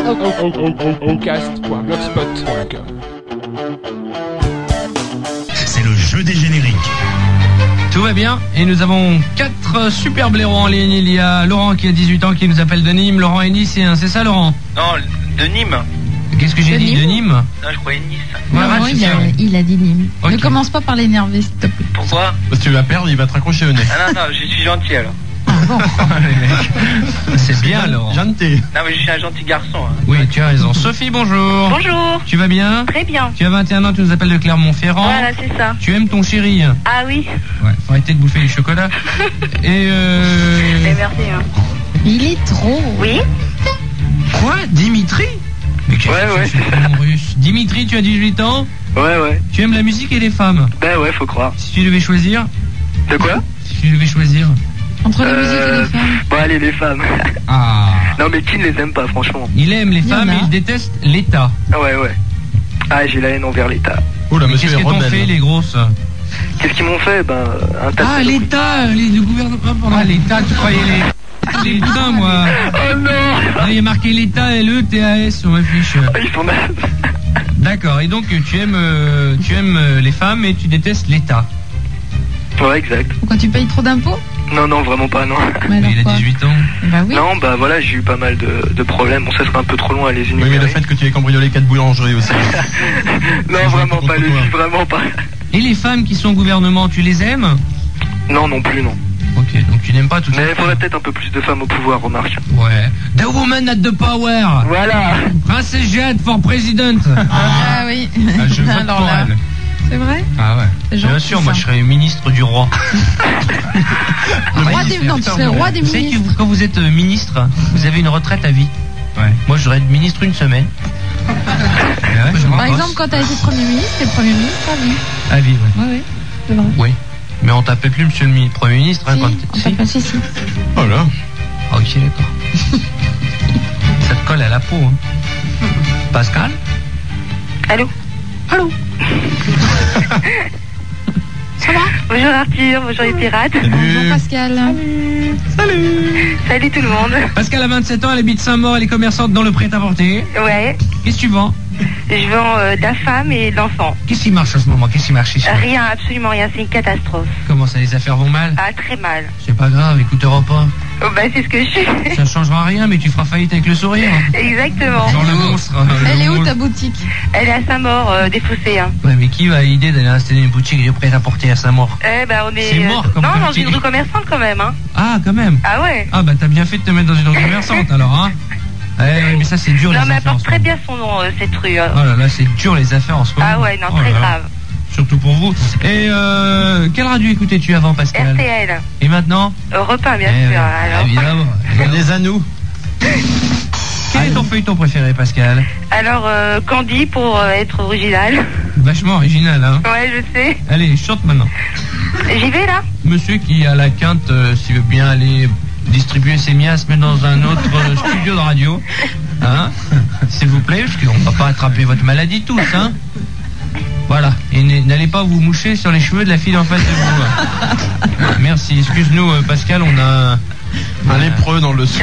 Oncast.blogspot.com. C'est le jeu des génériques. Tout va bien et nous avons 4 super blaireaux en ligne. Il y a Laurent qui a 18 ans qui nous appelle de Nîmes. Laurent est Nice, c'est ça Laurent? Non, de Nîmes. Qu'est-ce que j'ai dit? De Nîmes? Non, je croyais Nice. Voilà, non, il a dit Nîmes. Okay. Ne commence pas par l'énerver, s'il te plaît. Pourquoi? Parce que tu vas perdre, il va te raccrocher au nez. Ah non, je suis gentil alors. Bon. C'est bien Laurent. Gentil. Non mais je suis un gentil garçon. Hein. Oui, tu as raison. Sophie, bonjour. Bonjour. Tu vas bien? Très bien. Tu as 21 ans, tu nous appelles de Clermont-Ferrand. Voilà, c'est ça. Tu aimes ton chéri? Ah oui. Ouais, faut arrêter de bouffer du chocolat. Et Mais merci. Hein. Il est trop. Oui. Quoi? Dimitri? Mais qu'est-ce Ouais, que c'est ce nom russe? Dimitri, tu as 18 ans? Ouais. Tu aimes la musique et les femmes? Ben ouais, faut croire. Si tu devais choisir? De quoi? Si tu devais choisir? Entre la musique et les femmes. Bon allez, les femmes. Ah. Non mais qui ne les aime pas, franchement? Il aime les Il y en femmes a. et il déteste l'État. Ouais. Ah, j'ai la haine envers l'État. Oh là, Mais monsieur qu'est-ce est qu'ils t'ont rebelle. fait les grosses? Qu'est-ce qu'ils m'ont fait? Ben, un tas de... Ah, l'État, le gouvernement. Ah, l'État, tu croyais les putain, moi. Oh non. Là, il y a marqué l'État, L-E-T-A-S sur ma fiche. Ils sont nazes. D'accord, et donc tu aimes les femmes et tu détestes l'État. Ouais, exact. Pourquoi tu payes trop d'impôts? Non, vraiment pas, non. Mais alors Il a quoi? 18 ans. Bah oui. Non, bah voilà, j'ai eu pas mal de problèmes. Bon, ça serait un peu trop loin à les Oui, énumérer. mais le fait que tu aies cambriolé 4 boulangeries aussi. Non, vraiment pas, le dis vraiment pas. Et les femmes qui sont au gouvernement, tu les aimes? Non, non plus, non. Ok, donc tu n'aimes pas toutes Mais les il faudrait peut-être un peu plus de femmes au pouvoir, remarque. Ouais. The woman at the power. Voilà. Princess Jade for president. Ah oui. Ah, je vote Alors pour là, elle. c'est vrai? Ah ouais. C'est Bien gentil, sûr, moi ça. je serais ministre du roi. Roi des... Non, tu serais roi des Vous savez que ministres. quand vous êtes ministre, vous avez une retraite à vie. Ouais. Moi, j'aurais être ministre une semaine. Par exemple, quand t'as été Premier ministre, t'es Premier ministre à vie. À vie, ouais. Oui, c'est vrai. Oui. Mais on t'appelle plus monsieur le Premier ministre. Hein, Si, quand on t'appelle si. Oh là. Ah, ok, d'accord. Ça te colle à la peau. Hein. Pascal? Allô. Ça va? Bonjour Arthur, bonjour les pirates. Bonjour Pascal. Salut tout le monde. Pascal a 27 ans, elle habite Saint-Maur, elle est commerçante dans le prêt-à-porter. Ouais. Qu'est-ce que tu vends? Je vends de la femme et de l'enfant. Qu'est-ce qui marche en ce moment? Qu'est-ce qui marche ici? Rien, absolument rien, c'est une catastrophe. Comment ça, les affaires vont mal? Ah, très mal. C'est pas grave, écoute Europe 1. Oh, bah, c'est ce que je fais. Ça changera rien, mais tu feras faillite avec le sourire. Exactement. Dans le monstre. Elle est où monstre. ta boutique? Elle est à Saint-Maur, des fossés. Hein. Ouais, mais qui va à l'idée d'aller installer une boutique de prêt-à-porter à Saint-Maur? Bah, on est. C'est mort, comme non, dans boutique. une rue commerçante quand même. Hein. Ah, quand même. Ah ouais. Ah, bah t'as bien fait de te mettre dans une rue commerçante alors, hein. Ouais, mais ça c'est dur Non, les mais elle affaires. en porte ce très moment. bien son nom, cette rue. Oh là là, c'est dur les affaires en ce moment. Ah ouais, non, Oh très là là. grave. Surtout pour vous. Et quelle radio écoutais-tu avant, Pascal? RTL. Et maintenant? Europe 1, bien Eh sûr. ouais, Alors. évidemment. Des anneaux. Quel est ton feuilleton préféré, Pascal? Alors, Candy pour être original. Vachement original, hein. Ouais, je sais. Allez, chante maintenant. J'y vais là. Monsieur qui a la quinte, s'il veut bien aller distribuer ses miasmes dans un autre studio de radio, hein, s'il vous plaît, parce qu'on va pas attraper votre maladie tous, hein. Voilà, et n'allez pas vous moucher sur les cheveux de la fille en face de vous. Merci, excuse-nous Pascal, on a Un lépreux dans le sou.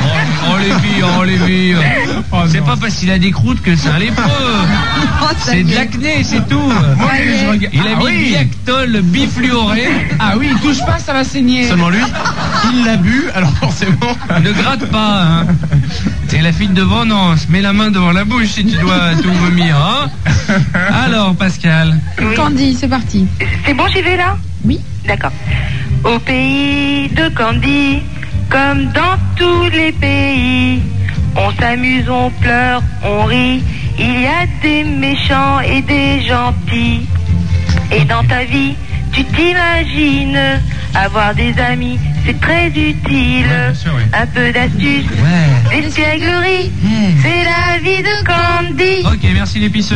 Oh les filles. C'est pas parce qu'il a des croûtes que c'est un lépreux. C'est de l'acné, c'est tout. Il a mis Biactol bifluoré. Ah oui, il touche pas, ça va saigner. Seulement lui, il l'a bu, alors forcément. Ne gratte pas, hein. Et la fille de devant, non, se met la main devant la bouche si tu dois tout vomir, hein. Alors, Pascal. Oui. Candy, c'est parti. C'est bon, j'y vais là? Oui. D'accord. Au pays de Candy, comme dans tous les pays, on s'amuse, on pleure, on rit. Il y a des méchants et des gentils. Et dans ta vie, tu t'imagines avoir des amis, c'est très utile. Ouais, bien sûr, oui. Un peu d'astuce, Ouais. l'espièglerie, c'est la vie de Candy. Ok, merci l'épiceuse.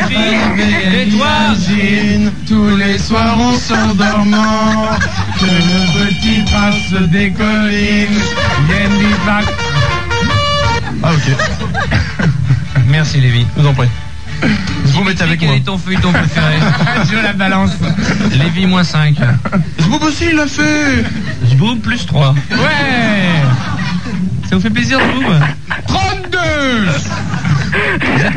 Et toi? Imagine, tous les soirs en s'endormant, que le petit prince des collines vienne du bac. Ah ok, Merci Lévi. je vous en prie. Vous mettez avec Quel moi. est ton feuilleton préféré? Je la balance. Lévi moins 5. Zboob aussi il l'a fait. Zboob plus 3. Ouais. Ça vous fait plaisir Zboob? 32.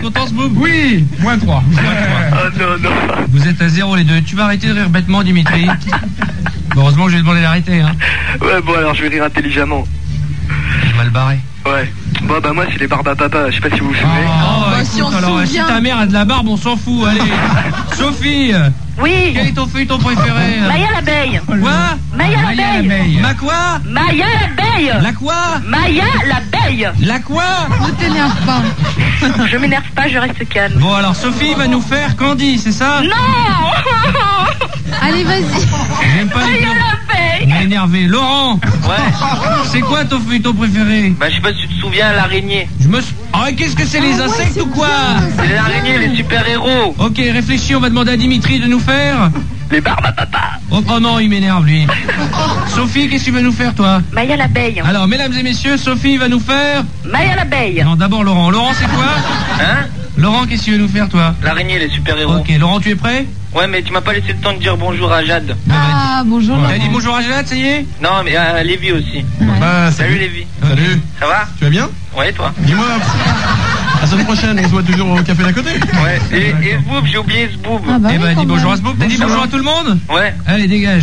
content ce boob? Oui, moins 3. Oh non, non. Vous êtes à 0 les deux. Tu vas arrêter de rire bêtement, Dimitri. Bon, heureusement que je vais demander d'arrêter, hein. Ouais, bon, alors je vais rire intelligemment. Mal barré. Ouais. Bon, bah, moi, c'est les barbes à papa. Je sais pas si vous vous souvenez. Oh, bah, si on se alors, si souvient. ta mère a de la barbe, on s'en fout, allez. Sophie, Oui. quel est ton feuilleton préféré? Maya l'abeille. Quoi? Maya l'abeille. Ma quoi? Maya l'abeille. La quoi? Maya l'abeille. La quoi? Ne t'énerve pas. Je m'énerve pas, je reste calme. Bon, alors Sophie va nous faire Candy, c'est ça? Non. Allez, vas-y. J'aime pas les Maya l'abeille. Il m'a énervé. Laurent, Ouais. c'est quoi ton feuilleton préféré? Bah, je sais pas si tu te souviens, l'araignée. Ah, qu'est-ce que c'est, les Ah ouais, insectes c'est ou quoi? C'est l'araignée, les super-héros. Ok, réfléchis, on va demander à Dimitri de nous faire. Les barbes à papa. Oh, oh non, il m'énerve lui. Sophie, qu'est-ce que tu vas nous faire toi? Maya l'abeille. Alors, mesdames et messieurs, Sophie va nous faire. Maya l'abeille. Non, d'abord Laurent. Laurent, c'est quoi? Hein? Laurent, qu'est-ce que tu veux nous faire toi? L'araignée, les super-héros. Ok, Laurent, tu es prêt? Ouais, mais tu m'as pas laissé le temps de dire bonjour à Jade. Ah, bonjour. T'as Laurent. dit bonjour à Jade, ça y est? Non, mais à Lévi aussi. Bah, Salut Lévi. Salut. Ça va? Tu vas bien? Ouais, toi? Dis-moi, la semaine prochaine, on se voit toujours au café d'à côté. Ouais. Et ce boob, j'ai oublié ce boob. Ah bah Eh oui, ben, quand dis bonjour même. à ce boob. T'as dit bonjour à tout le monde? Ouais. Allez, dégage.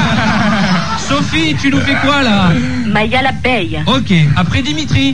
Sophie, tu nous fais quoi là? Maya l'abeille. Ok, après Dimitri.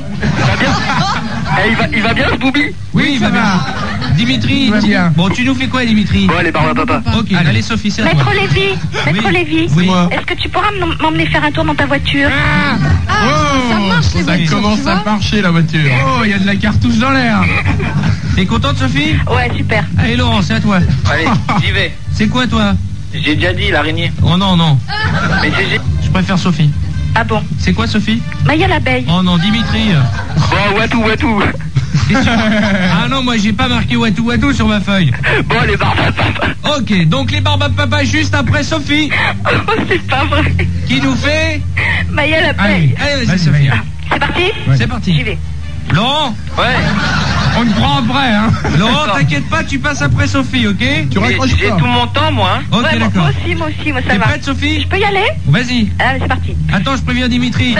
Eh, il va bien ce booby? Oui, il va bien. Dimitri, Tout va bien. bon, tu nous fais quoi, Dimitri? Ouais, les barbes à papa. Ok, allez, Sophie, c'est à toi. Maître Lévy. Maître Oui. Lévy. Oui. Moi. Est-ce que tu pourras m'emmener faire un tour dans ta voiture? Ah, ça marche les Ça voitures, commence tu à vois. marcher la voiture. Oh, il y a de la cartouche dans l'air. T'es contente, Sophie? Ouais, super. Allez, Laurent, c'est à toi. Allez, j'y vais. C'est quoi, toi? J'ai déjà dit l'araignée. Oh non, non. Mais c'est... Je préfère Sophie. Ah bon? C'est quoi, Sophie? Maya l'abeille. Oh non, Dimitri. Bon, Watou. Qu'est-ce que- Ah non, moi, j'ai pas marqué Watou Watou sur ma feuille. Bon, les barbes à papa. Ok, donc les barbes à papa juste après Sophie. Oh, c'est pas vrai. Qui nous fait? Maya l'abeille. Allez, vas-y, Vas-y, Sophie. vas-y. C'est parti? C'est parti. J'y vais. Laurent, Ouais. On te prend après, hein. Laurent, t'inquiète pas, tu passes après Sophie, ok? Tu Mais raccroches j'ai pas. tout mon temps, moi. Hein. Ok, Ouais, d'accord. moi aussi, moi ça T'es va. prête, Sophie? Je peux y aller? Vas-y. Allez, c'est parti. Attends, je préviens Dimitri.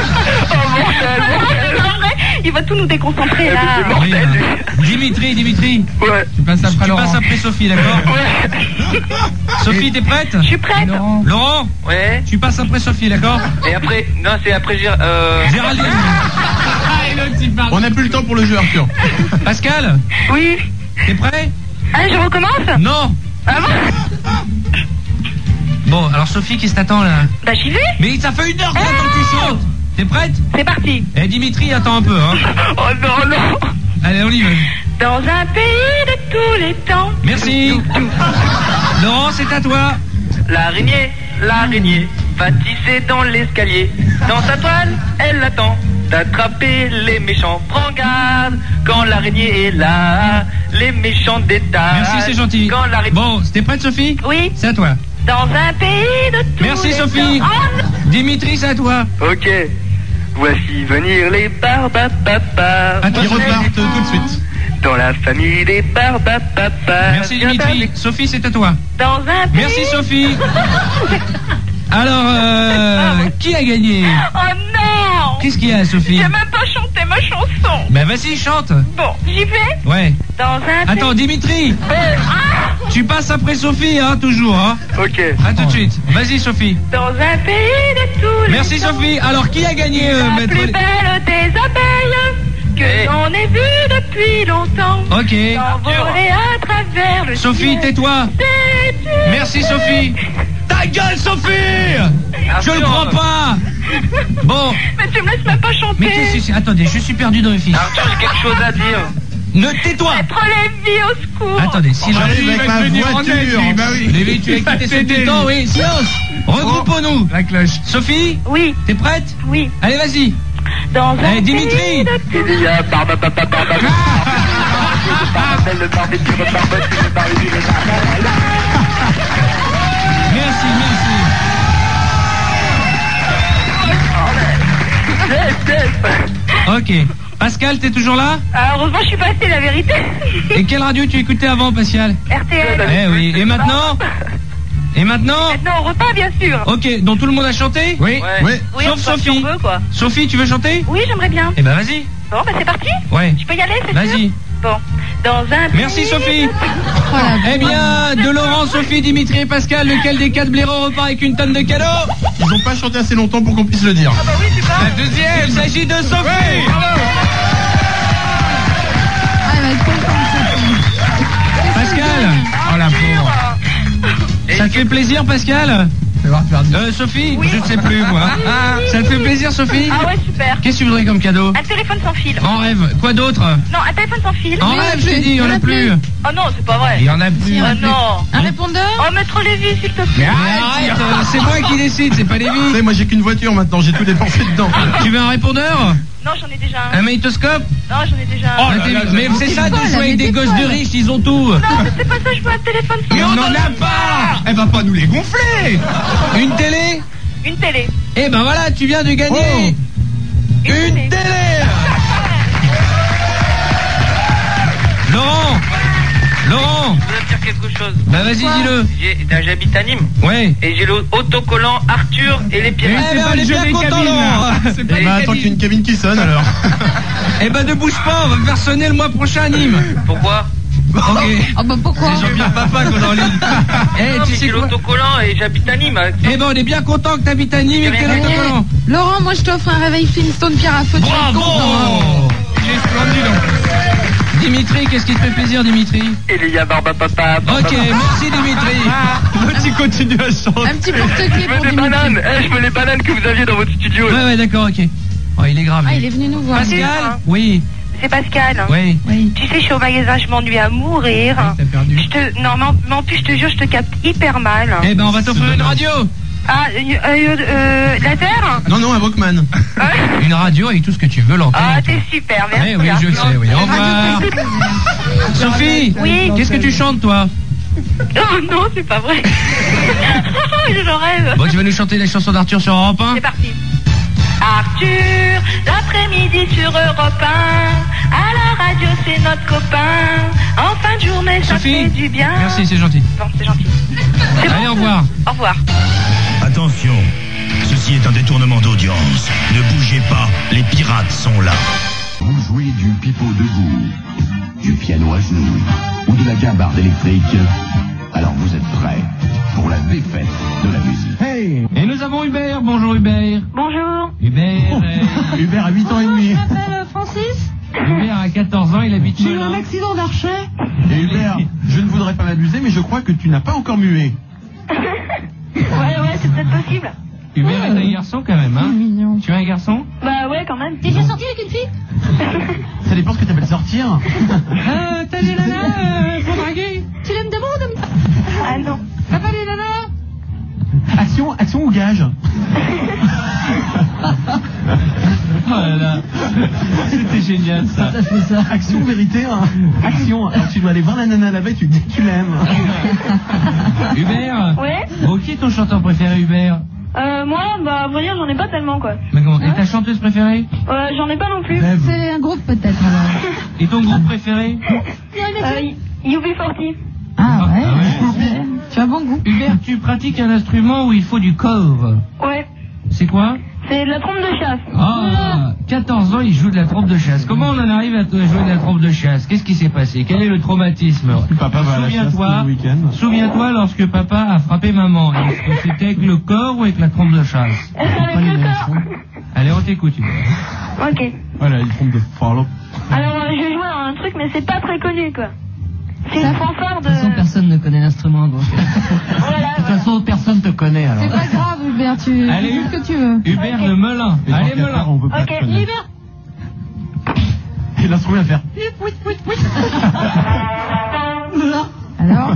C'est pas vrai. Il va tout nous déconcentrer là. Oui, Dimitri, Ouais. Tu passes après tu Laurent. passes après Sophie, d'accord? Sophie, t'es prête? Je suis prête. Laurent. Laurent, Ouais. tu passes après Sophie, d'accord? Et après... Non, c'est après... Géraldine, Ah, et l'autre, il parle. On n'a plus le temps pour le jeu, Arthur. Pascal, Oui. t'es prêt? Allez, je recommence? Non. Ah bon? Bon, alors Sophie, qu'est-ce que t'attends là? Bah j'y vais. Mais ça fait 1 heure qu'on attend que tu chantes. T'es prête? C'est parti. Eh Dimitri, attends un peu, hein. Oh non, non. Allez, on y va. Dans un pays de tous les temps. Merci. Laurent, c'est à toi. L'araignée va tisser dans l'escalier. Dans sa toile, elle attend d'attraper les méchants. Prends garde quand l'araignée est là. Les méchants détalent. Merci, c'est gentil. Quand l'araignée... Bon, t'es prête, Sophie? Oui. C'est à toi. Dans un pays de tous Merci, les Sophie. temps. Oh, non. Dimitri, c'est à toi. Ok. Voici venir les barbes à papa. Attends, Ils repartent tout de suite. Dans la famille des barbes à papa. Merci, Dimitri. Sophie, c'est à toi. Dans un pays... Merci, Sophie. Alors, qui a gagné? Oh non. Qu'est-ce qu'il y a, Sophie? J'ai même pas chanté ma chanson. Ben, vas-y, chante. Bon, j'y vais. Ouais. Dans un Attends, Dimitri, tu passes après Sophie, hein, toujours, hein. Ok. À tout de suite. Vas-y, Sophie. Dans un pays de tous les Merci, temps. Sophie. Alors, qui a gagné, La maître? plus belle des abeilles que Hey. j'en ai vue depuis longtemps. Ok. S'envoler à travers le Sophie, ciel. tais-toi. C'est une- Merci, Sophie. Ta gueule, Sophie. Je le crois pas. Bon. Mais tu me laisses même pas chanter. Mais qu'est-ce que c'est? Attendez, je suis perdu dans le fils. Arthur, j'ai quelque chose à dire. Ne tais-toi. Maître Lévy, au secours. Attendez, silence. J'arrive avec ma voiture. Bah oui. Lévi, tu as quitté ce temps, oui. Silence. Regroupons-nous. La cloche. Sophie, Oui, t'es prête? oui. Allez, vas-y. Dans un Eh, Dimitri. pays de tous Il y a barbe à papa, barbe à papa. Le barbecue, le barbecue, le barbecue, le barbecue. Merci, merci. Ok. Pascal, t'es toujours là? Heureusement, je suis passée, la vérité. Et quelle radio tu écoutais avant, Pascal? RTL. Eh oui. Et maintenant? Et maintenant? Maintenant, on repas, bien sûr. Ok, donc tout le monde a chanté? Oui. Ouais. Ouais. Oui, Sauf enfin, si Sophie. on veut, quoi. Sophie, tu veux chanter? Oui, j'aimerais bien. Eh ben, vas-y. Bon, bah c'est parti. Ouais. Je peux y aller, c'est sûr? Vas-y. Bon. dans un Merci pays Sophie. de- Eh bien, de Laurent, Sophie, Dimitri et Pascal, lequel des 4 blaireaux repart avec une tonne de cadeaux? Ils ont pas chanté assez longtemps pour qu'on puisse le dire. Ah bah oui, c'est pas. La deuxième, il s'agit de Sophie. Ah, elle va être contente, Sophie. Pascal. Oh la pauvre. Ça te fait plaisir, Pascal? Sophie, Oui. je ne sais plus moi. Ça te fait plaisir, Sophie? Ah ouais, super. Qu'est-ce que tu voudrais comme cadeau? Un téléphone sans fil. En rêve. Quoi d'autre? Non, un téléphone sans fil. En rêve, je t'ai dit, il y en a plus. Oh non, c'est pas vrai. Il y en a plus. Oh non. Un répondeur? Oh, maître Lévy, s'il te Mais plaît. arrête, c'est moi qui décide, c'est pas Tu Lévi. sais, moi j'ai qu'une voiture maintenant, j'ai tout dépensé dedans. Tu veux un répondeur? Non, j'en ai déjà un. Un magnétoscope? Non, j'en ai déjà un. Oh là Ah, là, mais c'est ça de folle, jouer avec elle des était gosses de folle. riches, ils ont tout. Non, mais c'est pas ça, je veux un téléphone sans Mais fil. on n'en a pas. Elle va pas nous les gonfler. Une télé? Une télé. Eh ben voilà, tu viens de gagner une télé. Laurent, Je voudrais dire quelque chose. bah vas-y dis-le. J'habite à Nîmes Ouais. et j'ai le autocollant Arthur et les Eh pirates. ben, on est bien content, Laurent. Eh ben, attends qu'il y ait une cabine qui sonne alors. Eh ben ne bouge pas, on va faire sonner le mois prochain à Nîmes. Pourquoi? Ok. Ah bah pourquoi? C'est Jean-Pierre Papa qu'on est en ligne. Eh, Non, tu mais sais j'ai quoi? l'autocollant et j'habite à Nîmes. Eh ben on est bien content que t'habites à Nîmes et que t'aies Eh, l'autocollant. Laurent, moi je t'offre un réveil Flintstone pierre à feu. Tu vas être content, hein. Bravo. Il est splendide. Dimitri, qu'est-ce qui te fait plaisir, Dimitri? Elia Barba Papa. Ok, merci Dimitri. Tu continues à chanter. Un petit porte-clés Je veux pour des Dimitri. bananes. Je veux les bananes que vous aviez dans votre studio. Ouais, ouais, d'accord, ok. Oh, il est grave. Ah, lui. il est venu nous voir. Pascal? Oui, C'est Pascal. oui. Oui. Tu sais, je suis au magasin, je m'ennuie à mourir. T'as perdu. Non, mais en plus, je te jure, je te capte hyper mal. Eh ben, on va t'offrir une radio. Ah, la Terre. Non, non, un Walkman. Une radio avec tout ce que tu veux, l'antenne. Ah, et tout. t'es super, merci. Eh oui, je sais, oui. Au revoir. Sophie, Oui. qu'est-ce que tu chantes, toi? Oh non, c'est pas vrai. Je rêve. Bon, tu vas nous chanter les chansons d'Arthur sur Europe 1? C'est parti. Arthur, l'après-midi sur Europe 1. À la radio, c'est notre copain. En fin de journée, ça Sophie, fait du bien. merci, c'est gentil. Bon, c'est gentil. C'est Allez, bon. au revoir. Au revoir. Attention, ceci est un détournement d'audience. Ne bougez pas, les pirates sont là. Vous jouez du pipeau debout, du piano à genoux ou de la guimbarde électrique. Alors vous êtes prêts pour la défaite de la musique. Hey, Et nous avons Hubert. Bonjour Hubert. Bonjour. Hubert, Hubert a 8 ans et demi. Francis? Hubert a 14 ans, il habite Melun. accident d'archet. Et Hubert, je ne voudrais pas m'abuser, mais je crois que tu n'as pas encore mué. Ouais, c'est peut-être possible. Hubert est un garçon quand même, hein? Mignon. Tu es un garçon? Bah ouais, quand même. T'es déjà sorti avec une fille? Ça dépend ce que t'appelles sortir. T'as des nanas pour draguer? Tu l'aimes d'abord ou de... Ah non. T'as pas des nanas? Action ou gage? Oh là là, c'était génial ça. Action ou vérité, hein. Action. Alors tu dois aller voir la nana là-bas et tu dis que tu l'aimes. Hubert? Ouais. Bon, qui est ton chanteur préféré, Hubert? Moi, bah, à vrai dire, j'en ai pas tellement, quoi. Mais comment? Et ta chanteuse préférée? J'en ai pas non plus. C'est un groupe peut-être alors. Et ton groupe préféré? UB40. Ah ouais, Ah ouais. Tu as bon goût. Hubert, tu pratiques un instrument où il faut du corps. Ouais. C'est quoi? C'est de la trompe de chasse. Ah, 14 ans, il joue de la trompe de chasse. Comment on en arrive à jouer de la trompe de chasse? Qu'est-ce qui s'est passé? Quel est le traumatisme? Papa va à la chasse tout le week-end. Souviens-toi lorsque papa a frappé maman. Est-ce que c'était avec le corps ou avec la trompe de chasse? Avec le corps. Allez, on t'écoute. Ok. Voilà, il trompe de follow. Alors, je vais jouer à un truc, mais c'est pas très connu, quoi. C'est une fanfare de... personne ne connaît l'instrument, donc. Voilà, De toute façon, personne te connaît alors. C'est pas grave, Hubert, tu Allez, fais ce que tu veux. Hubert de Melun. Et Allez, tant qu'à faire, Melun. on peut pas Ok, te connaître. Hubert. Et l'instrument va faire. Alors?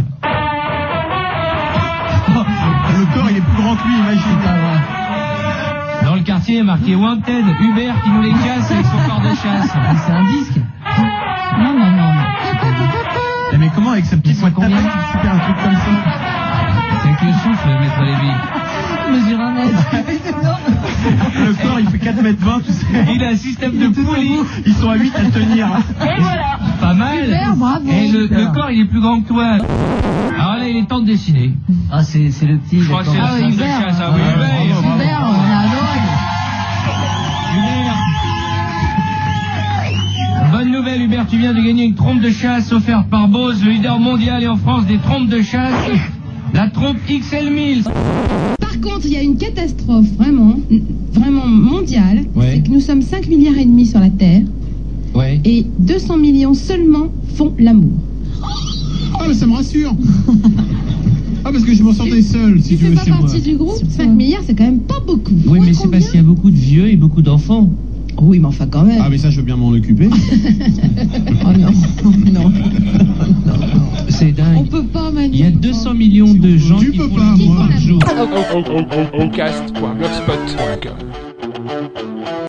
Le corps il est plus grand que lui, imagine. Dans le quartier, il y a marqué Wanted. Hubert qui nous les casse avec son corps de chasse. C'est un disque. Non, non, non. Eh, mais comment avec ce petit poids de tabac tu fais un truc comme ça? C'est avec le souffle, maître Lévy. Mesure un mètre. Le corps il fait 4m20, tu sais. Il a un système de poulie. Ils sont à 8 à tenir. Et voilà. Pas mal. Super, bravo. Et le corps, il est plus grand que toi. Alors là, il est temps de décider. Ah, c'est le petit. Je crois que c'est d'accord. la trompe de Hubert. chasse. Ah oui, Ah, Hubert. bravo. Hubert, on a adoré. Hubert. Bonne bonne nouvelle, Hubert, tu viens de gagner une trompe de chasse offerte par Bose, le leader mondial et en France des trompes de chasse. La trompe XL1000. Par contre, il y a une catastrophe vraiment mondiale. Ouais. C'est que nous sommes 5 milliards et demi sur la Terre. Ouais. Et 200 millions seulement font l'amour. Ah, mais ça me rassure. Ah, parce que je m'en sentais seul, si tu Tu veux, fais chez pas moi. partie du groupe. 5 milliards, c'est quand même pas beaucoup. Oui, mais c'est parce qu'il y a beaucoup de vieux et beaucoup d'enfants. Oui, mais enfin quand même. Ah, mais ça, je veux bien m'en occuper. Oh non, non. C'est dingue. On peut pas, Manu. Il y a 200 millions de gens Tu qui peux font pas, l'amour moi. par jour. Cast.blogspot.com